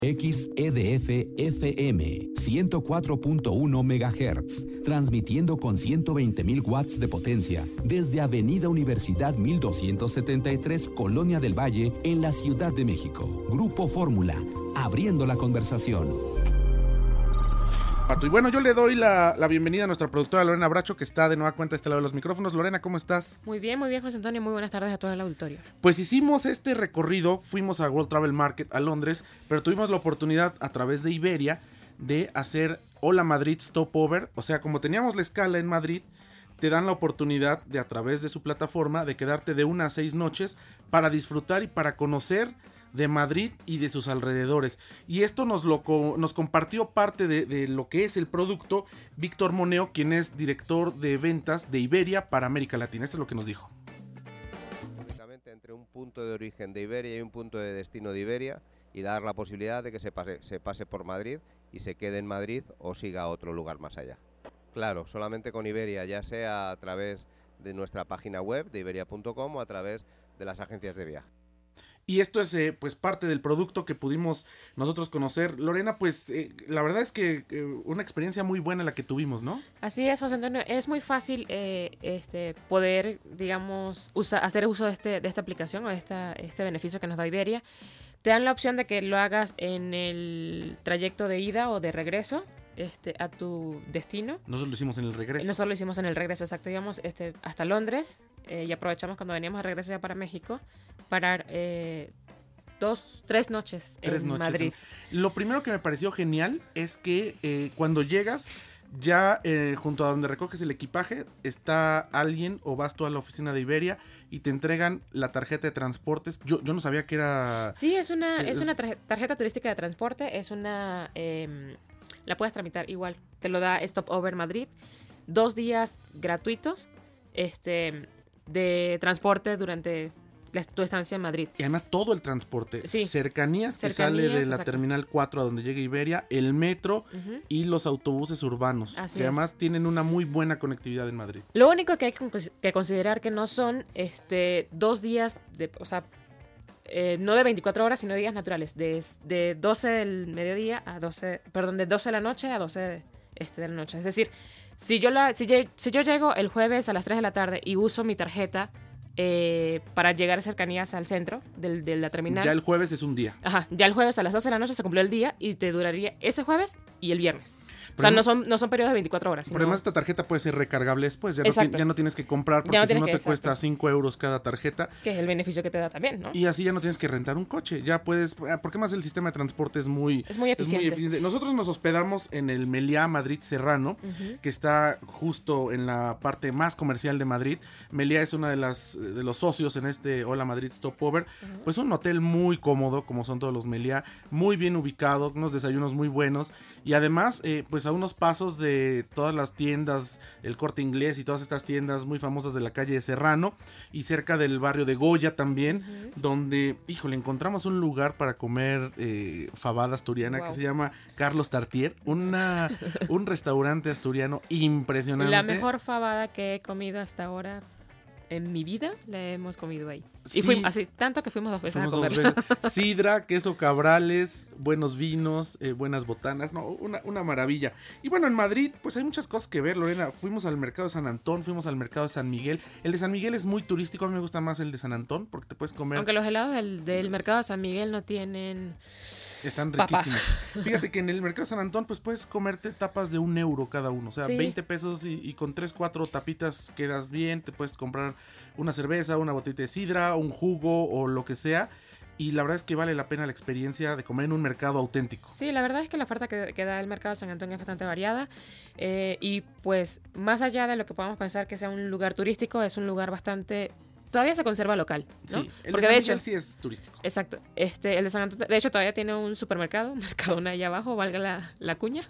XEDF FM 104.1 MHz, transmitiendo con 120.000 watts de potencia desde Avenida Universidad 1273, Colonia del Valle, en la Ciudad de México. Grupo Fórmula, abriendo la conversación. Y bueno, yo le doy la bienvenida a nuestra productora Lorena Bracho, que está de nueva cuenta a este lado de los micrófonos. Lorena, ¿cómo estás? Muy bien, José Antonio. Muy buenas tardes a todo el auditorio. Pues hicimos este recorrido, fuimos a World Travel Market a Londres, pero tuvimos la oportunidad a través de Iberia de hacer Hola Madrid Stopover. O sea, como teníamos la escala en Madrid, te dan la oportunidad de, a través de su plataforma, de quedarte de 1 a 6 noches para disfrutar y para conocer de Madrid y de sus alrededores. Y esto nos compartió parte de lo que es el producto Víctor Moneo, quien es director de ventas de Iberia para América Latina. Esto es lo que nos dijo. Entre un punto de origen de Iberia y un punto de destino de Iberia, y dar la posibilidad de que se pase por Madrid y se quede en Madrid o siga a otro lugar más allá. Claro, solamente con Iberia, ya sea a través de nuestra página web de iberia.com o a través de las agencias de viaje. Y esto es pues parte del producto que pudimos nosotros conocer. Lorena, pues la verdad es que una experiencia muy buena la que tuvimos, ¿no? Así es, José Antonio. Es muy fácil poder, digamos, hacer uso de esta aplicación o de este beneficio que nos da Iberia. Te dan la opción de que lo hagas en el trayecto de ida o de regreso a tu destino. Nosotros lo hicimos en el regreso. Nosotros lo hicimos en el regreso, exacto. Íbamos hasta Londres y aprovechamos cuando veníamos de regreso ya para México, parar 3 noches en Madrid. Lo primero que me pareció genial es que cuando llegas, ya junto a donde recoges el equipaje, está alguien o vas tú a la oficina de Iberia y te entregan la tarjeta de transportes. Yo no sabía que era... Sí, es una tarjeta turística de transporte, es una... la puedes tramitar igual, te lo da Stopover Madrid, 2 días gratuitos de transporte durante tu estancia en Madrid. Y además todo el transporte, sí. Cercanías que sale de la Terminal 4 a donde llega Iberia, el metro y los autobuses urbanos, así que además tienen una muy buena conectividad en Madrid. Lo único que hay que considerar que no son 2 días, no de 24 horas, sino días naturales, de 12 del mediodía a 12, perdón, de 12 de la noche a 12 de la noche. Es decir, si yo llego el jueves a las 3 de la tarde y uso mi tarjeta para llegar a cercanías al centro de la terminal. Ya el jueves es un día. Ajá, ya el jueves a las 12 de la noche se cumplió el día y te duraría ese jueves y el viernes. O sea, no son periodos de 24 horas. Pero además esta tarjeta puede ser recargable después. Ya no tienes que comprar porque si no te cuesta 5 euros cada tarjeta. Que es el beneficio que te da también, ¿no? Y así ya no tienes que rentar un coche. Ya puedes... Porque más el sistema de transporte es muy eficiente. Nosotros nos hospedamos en el Meliá Madrid Serrano, que está justo en la parte más comercial de Madrid. Meliá es una de los socios en este Hola Madrid Stopover. Pues un hotel muy cómodo, como son todos los Meliá. Muy bien ubicado, unos desayunos muy buenos. Y además, pues a unos pasos de todas las tiendas, el Corte Inglés y todas estas tiendas muy famosas de la calle de Serrano, y cerca del barrio de Goya también, donde, híjole, encontramos un lugar para comer fabada asturiana que se llama Carlos Tartier, un restaurante asturiano impresionante. La mejor fabada que he comido hasta ahora en mi vida la hemos comido ahí. Sí, y fuimos así, tanto que fuimos 2 veces a comer. Sidra, queso cabrales, buenos vinos, buenas botanas, no, una maravilla. Y bueno, en Madrid, pues hay muchas cosas que ver, Lorena. Fuimos al mercado de San Antón, fuimos al mercado de San Miguel. El de San Miguel es muy turístico, a mí me gusta más el de San Antón, porque te puedes comer... Aunque los helados del mercado de San Miguel no tienen... Están riquísimos. Fíjate que en el mercado de San Antón pues puedes comerte tapas de 1 euro cada uno. O sea, sí. 20 pesos y con 3-4 tapitas quedas bien. Te puedes comprar una cerveza, una botella de sidra, un jugo o lo que sea. Y la verdad es que vale la pena la experiencia de comer en un mercado auténtico. Sí, la verdad es que la oferta que da el mercado de San Antón es bastante variada. Y pues más allá de lo que podamos pensar que sea un lugar turístico, es un lugar bastante... Todavía se conserva local, ¿no? Sí, el porque de San Miguel sí es turístico. Exacto. El de San Antón, de hecho, todavía tiene un supermercado, Mercadona allá abajo, valga la cuña.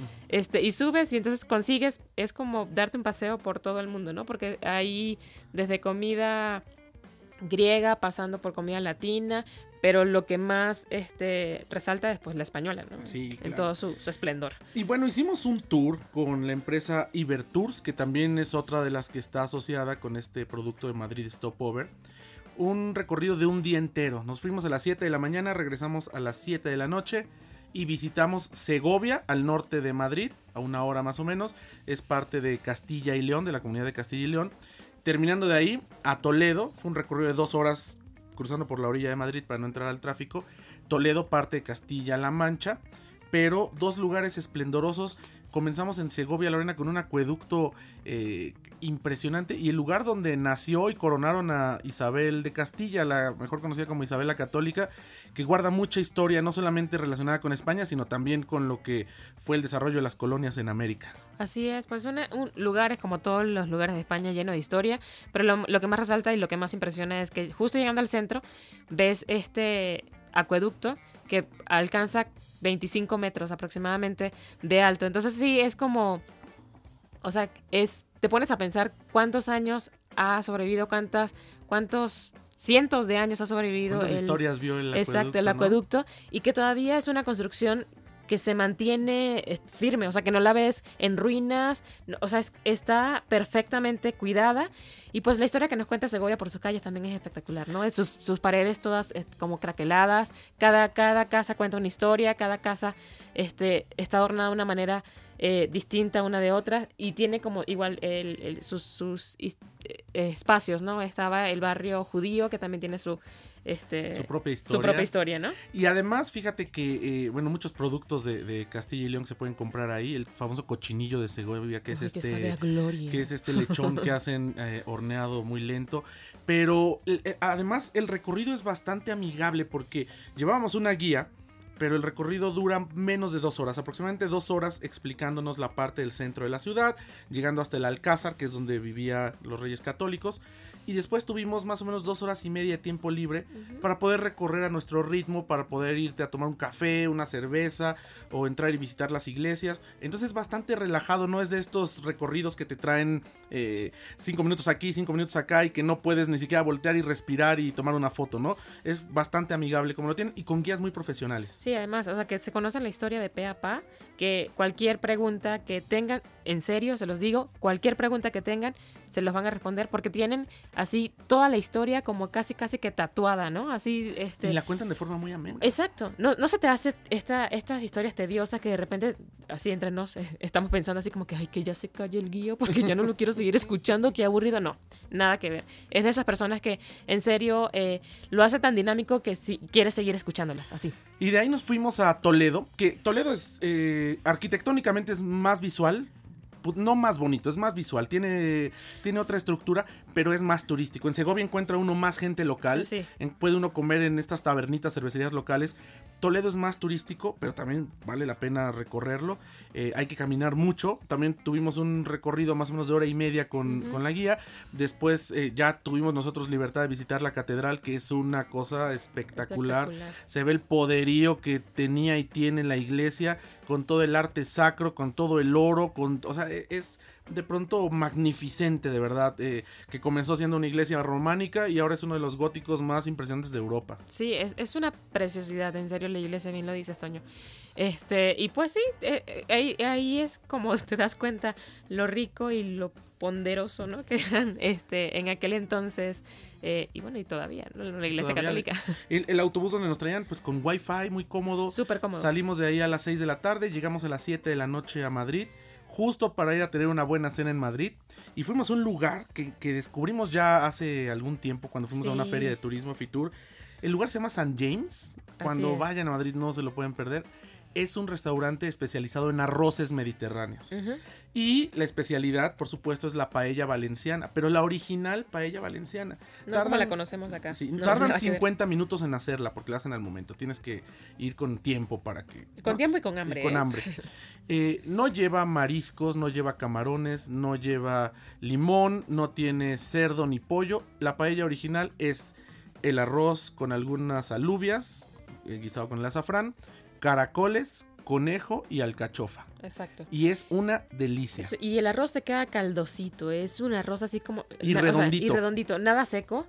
Y subes y entonces consigues, es como darte un paseo por todo el mundo, ¿no? Porque ahí desde comida griega, pasando por comida latina, pero lo que más resalta es pues la española, ¿no? Sí, claro. En todo su esplendor. Y bueno, hicimos un tour con la empresa Ibertours, que también es otra de las que está asociada con este producto de Madrid Stopover. Un recorrido de un día entero. Nos fuimos a las 7 de la mañana, regresamos a las 7 de la noche. y visitamos Segovia, al norte de Madrid, a 1 hora más o menos. Es parte de Castilla y León, de la comunidad de Castilla y León. Terminando de ahí, a Toledo, fue un recorrido de 2 horas cruzando por la orilla de Madrid para no entrar al tráfico. Toledo, parte de Castilla-La Mancha, pero 2 lugares esplendorosos. Comenzamos en Segovia, Lorena, con un acueducto impresionante, y el lugar donde nació y coronaron a Isabel de Castilla, la mejor conocida como Isabel la Católica, que guarda mucha historia, no solamente relacionada con España, sino también con lo que fue el desarrollo de las colonias en América. Así es, pues un lugar es como todos los lugares de España, lleno de historia, pero lo que más resalta y lo que más impresiona es que justo llegando al centro ves este acueducto que alcanza 25 metros aproximadamente de alto. Entonces sí, es como, o sea, te pones a pensar cuántos años ha sobrevivido, cuántos cientos de años ha sobrevivido. ¿Cuántas historias vio el acueducto? Exacto, el acueducto, ¿no? Y que todavía es una construcción que se mantiene firme, o sea, que no la ves en ruinas, o sea, está perfectamente cuidada. Y pues la historia que nos cuenta Segovia por sus calles también es espectacular, ¿no? Sus paredes todas como craqueladas, cada casa cuenta una historia, cada casa está adornada de una manera distinta una de otra, y tiene como igual sus espacios, ¿no? Estaba el barrio judío, que también tiene su propia historia, ¿no? Y además, fíjate que muchos productos de Castilla y León se pueden comprar ahí. El famoso cochinillo de Segovia, que es este lechón que hacen horneado muy lento. Pero además el recorrido es bastante amigable, porque llevábamos una guía, pero el recorrido dura menos de 2 horas, aproximadamente 2 horas explicándonos la parte del centro de la ciudad, llegando hasta el Alcázar, que es donde vivían los Reyes Católicos. Y después tuvimos más o menos 2 horas y media de tiempo libre para poder recorrer a nuestro ritmo, para poder irte a tomar un café, una cerveza, o entrar y visitar las iglesias. Entonces bastante relajado, no es de estos recorridos que te traen 5 minutos aquí, 5 minutos acá, y que no puedes ni siquiera voltear y respirar y tomar una foto, ¿no? Es bastante amigable como lo tienen, y con guías muy profesionales. Sí, además, o sea, que se conocen la historia de pe a pa, que cualquier pregunta que tengan, en serio, se los digo, cualquier pregunta que tengan, se los van a responder, porque tienen así toda la historia como casi que tatuada, ¿no? Así, Y la cuentan de forma muy amena. Exacto. No se te hace estas historias tediosas que de repente, así entre nos, estamos pensando así como que, ay, que ya se calle el guía porque ya no lo quiero seguir escuchando, qué aburrido. No, nada que ver. Es de esas personas que, en serio, lo hace tan dinámico que si quieres seguir escuchándolas, así. Y de ahí nos fuimos a Toledo, que Toledo es arquitectónicamente es más visual. No más bonito, es más visual, tiene otra estructura, pero es más turístico. En Segovia encuentra uno más gente local, sí. Puede uno comer en estas tabernitas, cervecerías locales. Toledo es más turístico, pero también vale la pena recorrerlo. Hay que caminar mucho. También tuvimos un recorrido más o menos de 1 hora y media con la guía. Después ya tuvimos nosotros libertad de visitar la catedral, que es una cosa espectacular. Se ve el poderío que tenía y tiene la iglesia, con todo el arte sacro, con todo el oro, o sea, es de pronto magnificente, de verdad, que comenzó siendo una iglesia románica y ahora es uno de los góticos más impresionantes de Europa. Sí, es una preciosidad, en serio, la iglesia, bien lo dices, Toño. Y pues sí, ahí es como te das cuenta lo rico y lo ponderoso, ¿no? Que eran en aquel entonces, y bueno, y todavía, ¿no? La iglesia católica. El autobús donde nos traían, pues con wifi, muy cómodo. Súper cómodo. Salimos de ahí a las 6 de la tarde, llegamos a las 7 de la noche a Madrid, justo para ir a tener una buena cena en Madrid. Y fuimos a un lugar que descubrimos ya hace algún tiempo, cuando fuimos a una feria de turismo, Fitur. El lugar se llama St. James. Cuando vayan a Madrid no se lo pueden perder. Es un restaurante especializado en arroces mediterráneos. Y la especialidad, por supuesto, es la paella valenciana, pero la original paella valenciana. No como la conocemos acá. Sí, tardan 50 minutos en hacerla porque la hacen al momento. Tienes que ir con tiempo para que... Con tiempo y con hambre. Y con hambre. No lleva mariscos, no lleva camarones, no lleva limón, no tiene cerdo ni pollo. La paella original es el arroz con algunas alubias, guisado con el azafrán, caracoles, conejo y alcachofa. Exacto. Y es una delicia. Y el arroz te queda caldosito, es un arroz así como... Y redondito. Y redondito, nada seco.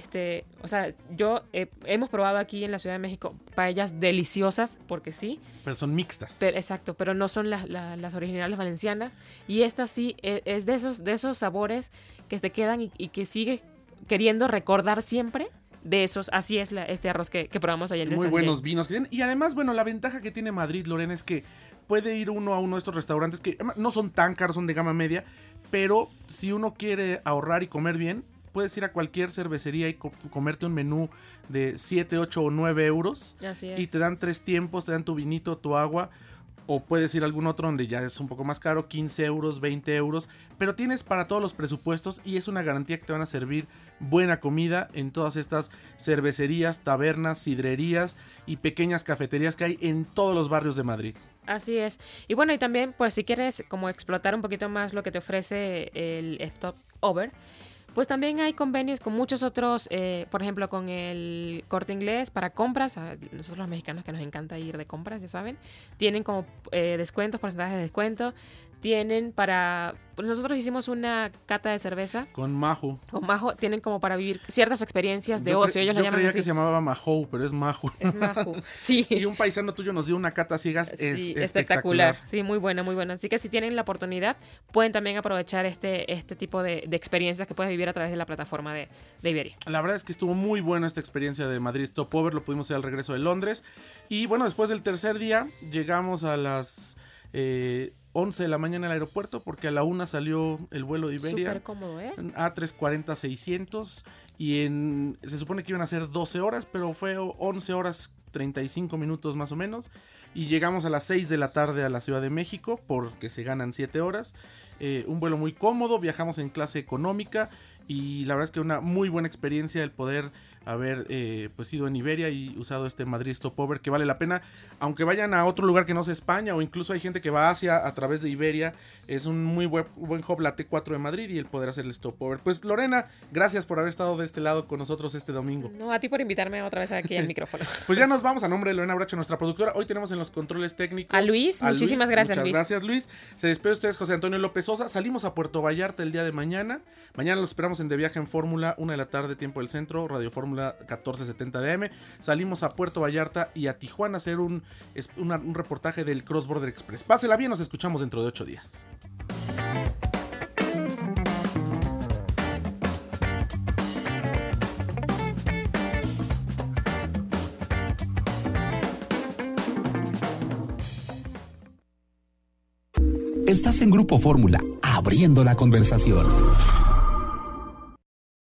O sea, hemos probado aquí en la Ciudad de México paellas deliciosas, porque sí. Pero son mixtas. Exacto, pero no son las originales valencianas. Y esta sí es de esos sabores que te quedan y que sigues queriendo recordar siempre. de esos. Así es este arroz que probamos ayer. Muy buenos vinos que tienen. Y además, bueno, la ventaja que tiene Madrid, Lorena, es que puede ir uno a uno de estos restaurantes que no son tan caros, son de gama media, pero si uno quiere ahorrar y comer bien, puedes ir a cualquier cervecería y comerte un menú de 7, 8 o 9 euros. Así es. Y te dan 3 tiempos, te dan tu vinito, tu agua. O puedes ir a algún otro donde ya es un poco más caro, 15 euros, 20 euros. Pero tienes para todos los presupuestos y es una garantía que te van a servir buena comida en todas estas cervecerías, tabernas, sidrerías y pequeñas cafeterías que hay en todos los barrios de Madrid. Así es. Y bueno, y también, pues si quieres como explotar un poquito más lo que te ofrece el Stop Over, pues también hay convenios con muchos otros, por ejemplo, con el Corte Inglés para compras. Nosotros los mexicanos que nos encanta ir de compras, ya saben, tienen como descuentos, porcentajes de descuento. Tienen para... Pues nosotros hicimos una cata de cerveza. Con Majo. Con Majo. Tienen como para vivir ciertas experiencias de ocio. Ellos yo la llaman creía así. Que se llamaba Majo, pero es Majo. Es Majo, sí. Y un paisano tuyo nos dio una cata ciegas. Sí, espectacular. Sí, muy buena, muy buena. Así que si tienen la oportunidad, pueden también aprovechar este tipo de experiencias que puedes vivir a través de la plataforma de Iberia. La verdad es que estuvo muy buena esta experiencia de Madrid Stop Over. Lo pudimos hacer al regreso de Londres. Y bueno, después del tercer día, llegamos a las 11 de la mañana al aeropuerto, porque a la 1 salió el vuelo de Iberia. Súper cómodo, A340-600 y se supone que iban a ser 12 horas, pero fue 11 horas 35 minutos más o menos. Y llegamos a las 6 de la tarde a la Ciudad de México, porque se ganan 7 horas. Un vuelo muy cómodo, viajamos en clase económica y la verdad es que una muy buena experiencia el poder haber pues ido en Iberia y usado este Madrid Stopover, que vale la pena, aunque vayan a otro lugar que no sea España, o incluso hay gente que va a Asia a través de Iberia. Es un muy buen hub la T4 de Madrid y el poder hacer el Stopover. Pues Lorena, gracias por haber estado de este lado con nosotros este domingo. No, a ti por invitarme otra vez aquí al micrófono. Pues ya nos vamos. A nombre de Lorena Bracho, nuestra productora, hoy tenemos en los controles técnicos a Luis. Muchísimas gracias, Luis. Muchas gracias, Luis. Se despide de ustedes José Antonio López Sosa. Salimos a Puerto Vallarta el día de mañana. Mañana los esperamos en De Viaje en Fórmula, 1 de la tarde, tiempo del centro, Radio Fórmula 1470 de AM. Salimos a Puerto Vallarta y a Tijuana a hacer un reportaje del Cross Border Express. Pásela bien, nos escuchamos dentro de 8 días. Estás en Grupo Fórmula, abriendo la conversación.